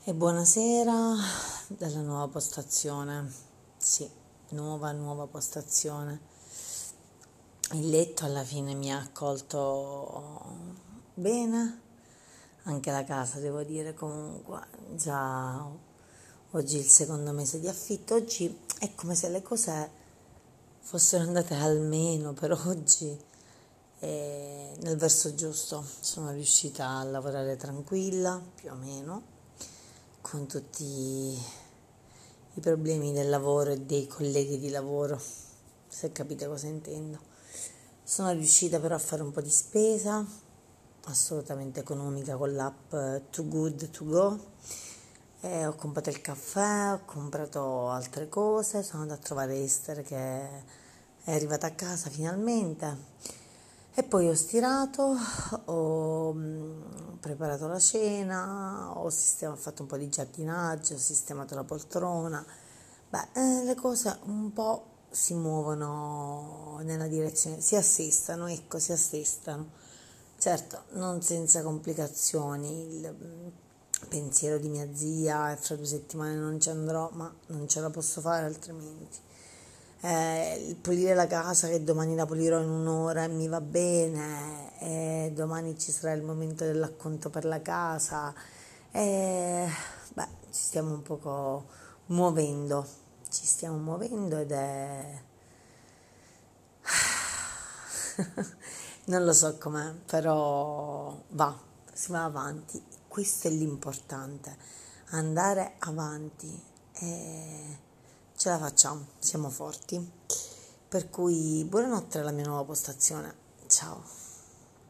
E buonasera dalla nuova postazione. Sì, nuova postazione. Il letto alla fine mi ha accolto bene, anche la casa devo dire, comunque già oggi è il secondo mese di affitto. Oggi è come se le cose fossero andate almeno per oggi nel verso giusto. Sono riuscita a lavorare tranquilla, più o meno, con tutti i problemi del lavoro e dei colleghi di lavoro, se capite cosa intendo. Sono riuscita però a fare un po' di spesa, assolutamente economica, con l'app Too Good To Go. Ho comprato il caffè, ho comprato altre cose, sono andata a trovare Esther che è arrivata a casa finalmente. E poi ho stirato, ho preparato la cena, ho fatto un po' di giardinaggio, ho sistemato la poltrona. Le cose un po' si muovono nella direzione, si assestano, ecco, si assestano. Certo, non senza complicazioni, il pensiero di mia zia e fra 2 settimane non ci andrò, ma non ce la posso fare altrimenti. Il pulire la casa, che domani la pulirò in un'ora e mi va bene, e domani ci sarà il momento dell'acconto per la casa, e ci stiamo un poco muovendo, ed è non lo so com'è, però si va avanti, questo è l'importante, andare avanti e ce la facciamo, siamo forti. Per cui buonanotte alla mia nuova postazione, ciao.